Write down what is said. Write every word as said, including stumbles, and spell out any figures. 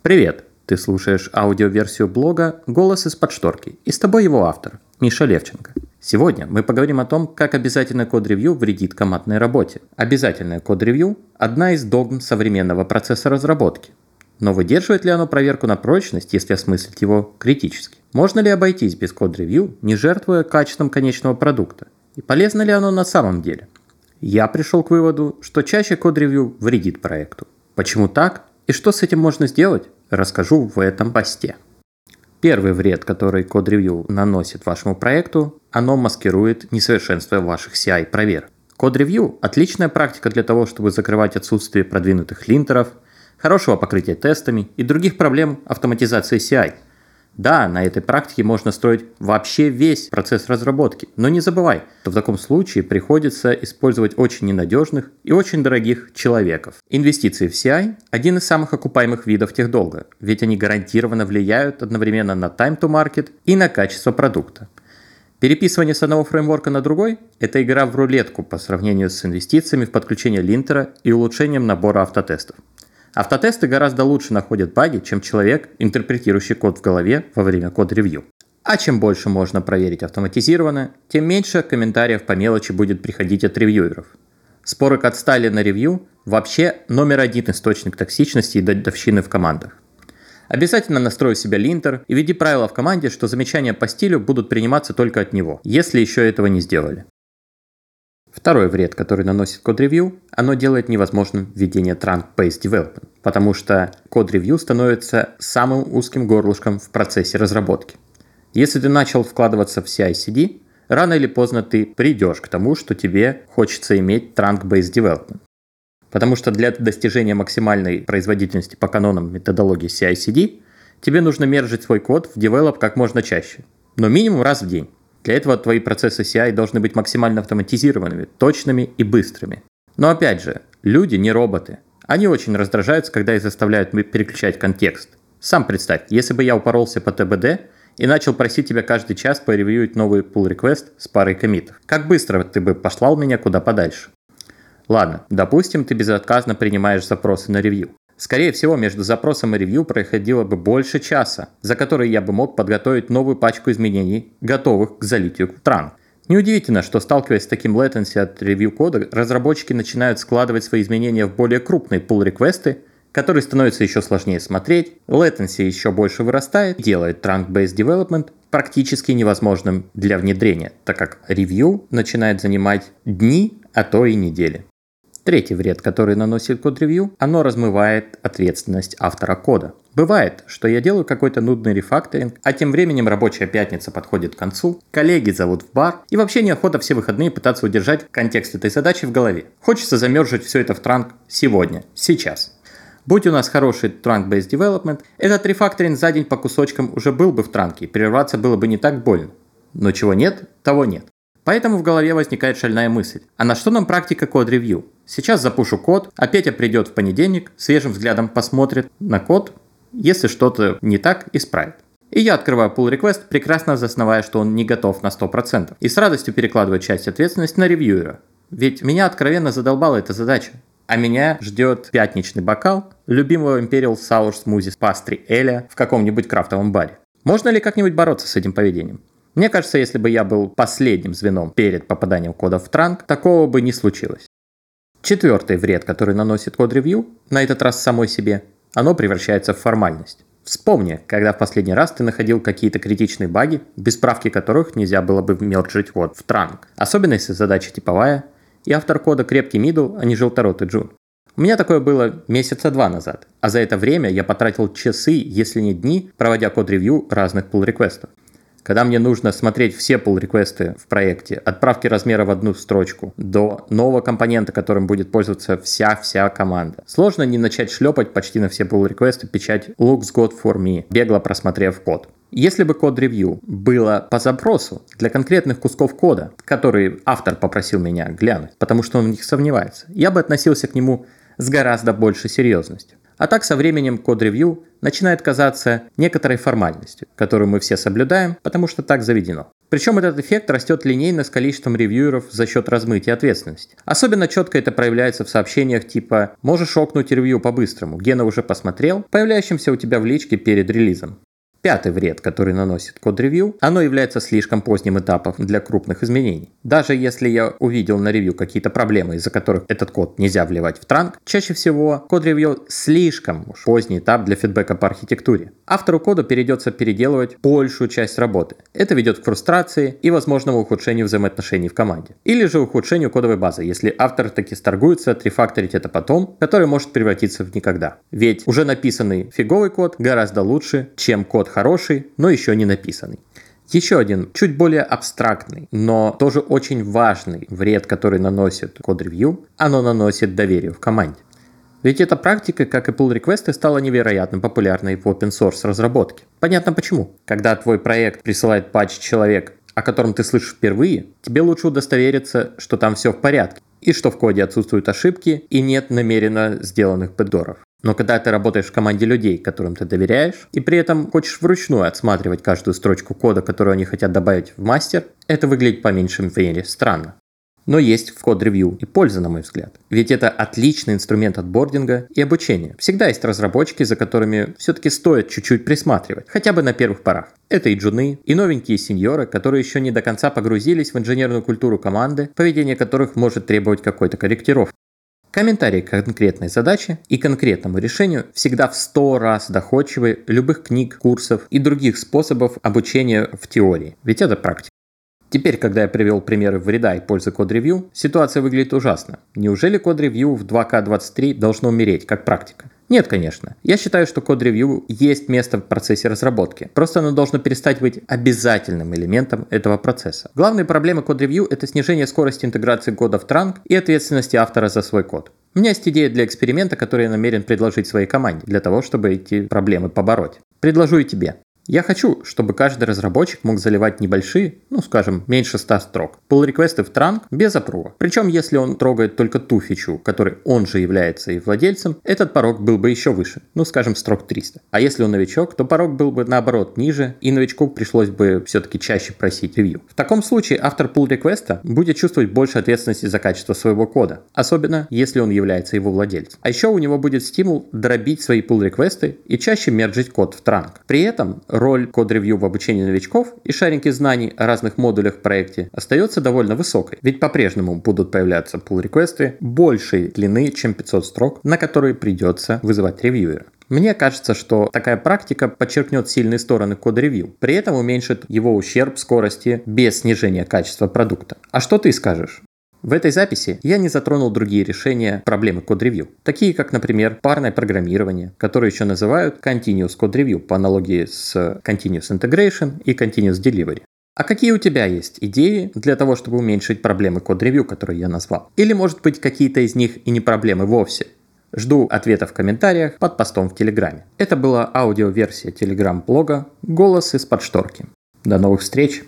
Привет! Ты слушаешь аудиоверсию блога «Голос из-под шторки», и с тобой его автор, Миша Левченко. Сегодня мы поговорим о том, как обязательное код-ревью вредит командной работе. Обязательное код-ревью – одна из догм современного процесса разработки. Но выдерживает ли оно проверку на прочность, если осмыслить его критически? Можно ли обойтись без код-ревью, не жертвуя качеством конечного продукта? И полезно ли оно на самом деле? Я пришел к выводу, что чаще код-ревью вредит проекту. Почему так? И что с этим можно сделать, расскажу в этом посте. Первый вред, который код-ревью наносит вашему проекту, оно маскирует несовершенство ваших си ай-проверок. Код-ревью – отличная практика для того, чтобы закрывать отсутствие продвинутых линтеров, хорошего покрытия тестами и других проблем автоматизации си ай. Да, на этой практике можно строить вообще весь процесс разработки, но не забывай, что в таком случае приходится использовать очень ненадежных и очень дорогих человеков. Инвестиции в си ай – один из самых окупаемых видов техдолга, ведь они гарантированно влияют одновременно на time to market и на качество продукта. Переписывание с одного фреймворка на другой – это игра в рулетку по сравнению с инвестициями в подключение линтера и улучшением набора автотестов. Автотесты гораздо лучше находят баги, чем человек, интерпретирующий код в голове во время код-ревью. А чем больше можно проверить автоматизированно, тем меньше комментариев по мелочи будет приходить от ревьюеров. Споры к отстали на ревью вообще номер один источник токсичности и дедовщины в командах. Обязательно настрой у себя линтер и введи правило в команде, что замечания по стилю будут приниматься только от него, если еще этого не сделали. Второй вред, который наносит код-ревью, оно делает невозможным введение trunk-based development, потому что код-ревью становится самым узким горлышком в процессе разработки. Если ты начал вкладываться в си ай си ди, рано или поздно ты придешь к тому, что тебе хочется иметь trunk-based development. Потому что для достижения максимальной производительности по канонам методологии си ай си ди тебе нужно мержить свой код в develop как можно чаще, но минимум раз в день. Для этого твои процессы си ай должны быть максимально автоматизированными, точными и быстрыми. Но опять же, люди не роботы. Они очень раздражаются, когда их заставляют переключать контекст. Сам представь, если бы я упоролся по ти би ди и начал просить тебя каждый час поревьюить новый pull request с парой коммитов. Как быстро ты бы послал меня куда подальше? Ладно, допустим, ты безотказно принимаешь запросы на ревью. Скорее всего, между запросом и ревью проходило бы больше часа, за который я бы мог подготовить новую пачку изменений, готовых к залитию в транк. Неудивительно, что, сталкиваясь с таким latency от ревью кода, разработчики начинают складывать свои изменения в более крупные pull-реквесты, которые становятся еще сложнее смотреть, latency еще больше вырастает, делает trunk-based development практически невозможным для внедрения, так как ревью начинает занимать дни, а то и недели. Третий вред, который наносит код-ревью, оно размывает ответственность автора кода. Бывает, что я делаю какой-то нудный рефакторинг, а тем временем рабочая пятница подходит к концу, коллеги зовут в бар, и вообще неохота все выходные пытаться удержать контекст этой задачи в голове. Хочется замержить все это в транк сегодня, сейчас. Будь у нас хороший trunk-based development, этот рефакторинг за день по кусочкам уже был бы в транке, и прерваться было бы не так больно. Но чего нет, того нет. Поэтому в голове возникает шальная мысль. А на что нам практика код-ревью? Сейчас запушу код, а Петя придет в понедельник, свежим взглядом посмотрит на код, если что-то не так, исправит. И я открываю pull request, прекрасно осознавая, что он не готов на сто процентов. И с радостью перекладываю часть ответственности на ревьюера. Ведь меня откровенно задолбала эта задача. А меня ждет пятничный бокал любимого Imperial Sour Smoothie с пастри Эля в каком-нибудь крафтовом баре. Можно ли как-нибудь бороться с этим поведением? Мне кажется, если бы я был последним звеном перед попаданием кода в транк, такого бы не случилось. Четвертый вред, который наносит код-ревью, на этот раз самой себе, оно превращается в формальность. Вспомни, когда в последний раз ты находил какие-то критичные баги, без правки которых нельзя было бы мерджить код в транк. Особенно если задача типовая, и автор кода крепкий мидл, а не желторотый джун. У меня такое было месяца два назад, а за это время я потратил часы, если не дни, проводя код-ревью разных pull-реквестов. Когда мне нужно смотреть все pull-реквесты в проекте, от правки размера в одну строчку до нового компонента, которым будет пользоваться вся-вся команда. Сложно не начать шлепать почти на все pull-реквесты печать looks good for me, бегло просмотрев код. Если бы код-ревью было по запросу для конкретных кусков кода, которые автор попросил меня глянуть, потому что он в них сомневается, я бы относился к нему с гораздо большей серьезностью. А так со временем код-ревью начинает казаться некоторой формальностью, которую мы все соблюдаем, потому что так заведено. Причем этот эффект растет линейно с количеством ревьюеров за счет размытия ответственности. Особенно четко это проявляется в сообщениях типа «можешь окнуть ревью по-быстрому, Гена уже посмотрел», появляющимся у тебя в личке перед релизом. Пятый вред, который наносит код-ревью, оно является слишком поздним этапом для крупных изменений. Даже если я увидел на ревью какие-то проблемы, из-за которых этот код нельзя вливать в транк, чаще всего код-ревью слишком уж поздний этап для фидбэка по архитектуре. Автору кода придется переделывать большую часть работы. Это ведет к фрустрации и возможному ухудшению взаимоотношений в команде. Или же ухудшению кодовой базы, если автор таки сторгуется отрефакторить это потом, который может превратиться в никогда. Ведь уже написанный фиговый код гораздо лучше, чем код хороший, но еще не написанный. Еще один, чуть более абстрактный, но тоже очень важный вред, который наносит код-ревью, оно наносит доверию в команде. Ведь эта практика, как и pull-реквесты, стала невероятно популярной в open-source разработке. Понятно почему. Когда твой проект присылает патч человек, о котором ты слышишь впервые, тебе лучше удостовериться, что там все в порядке, и что в коде отсутствуют ошибки и нет намеренно сделанных бэкдоров. Но когда ты работаешь в команде людей, которым ты доверяешь, и при этом хочешь вручную отсматривать каждую строчку кода, которую они хотят добавить в мастер, это выглядит по меньшей мере странно. Но есть в код-ревью и польза, на мой взгляд. Ведь это отличный инструмент отбординга и обучения. Всегда есть разработчики, за которыми все-таки стоит чуть-чуть присматривать, хотя бы на первых порах. Это и джуны, и новенькие сеньоры, которые еще не до конца погрузились в инженерную культуру команды, поведение которых может требовать какой-то корректировки. Комментарии к конкретной задаче и конкретному решению всегда в сто раз доходчивее любых книг, курсов и других способов обучения в теории, ведь это практика. Теперь, когда я привел примеры вреда и пользы код-ревью, ситуация выглядит ужасно. Неужели код-ревью в два ка двадцать три должно умереть, как практика? Нет, конечно. Я считаю, что код-ревью есть место в процессе разработки. Просто оно должно перестать быть обязательным элементом этого процесса. Главные проблемы код-ревью — это снижение скорости интеграции кода в транк и ответственности автора за свой код. У меня есть идея для эксперимента, который я намерен предложить своей команде, для того, чтобы эти проблемы побороть. Предложу и тебе. Я хочу, чтобы каждый разработчик мог заливать небольшие, ну скажем, меньше ста строк, pull-реквесты в транк без апрува. Причем, если он трогает только ту фичу, которой он же является и владельцем, этот порог был бы еще выше, ну скажем, строк триста. А если он новичок, то порог был бы наоборот ниже, и новичку пришлось бы все-таки чаще просить ревью. В таком случае автор pull-реквеста будет чувствовать больше ответственности за качество своего кода, особенно если он является его владельцем. А еще у него будет стимул дробить свои pull-реквесты и чаще мерджить код в транк. При этом роль код-ревью в обучении новичков и шаринге знаний о разных модулях в проекте остается довольно высокой, ведь по-прежнему будут появляться pull-реквесты большей длины, чем пятьсот строк, на которые придется вызывать ревьюера. Мне кажется, что такая практика подчеркнет сильные стороны код-ревью, при этом уменьшит его ущерб скорости без снижения качества продукта. А что ты скажешь? В этой записи я не затронул другие решения проблемы код-ревью, такие как, например, парное программирование, которое еще называют Continuous Code Review по аналогии с Continuous Integration и Continuous Delivery. А какие у тебя есть идеи для того, чтобы уменьшить проблемы код-ревью, которые я назвал? Или, может быть, какие-то из них и не проблемы вовсе? Жду ответов в комментариях под постом в Телеграме. Это была аудиоверсия Телеграм-блога «Голос из-под шторки». До новых встреч!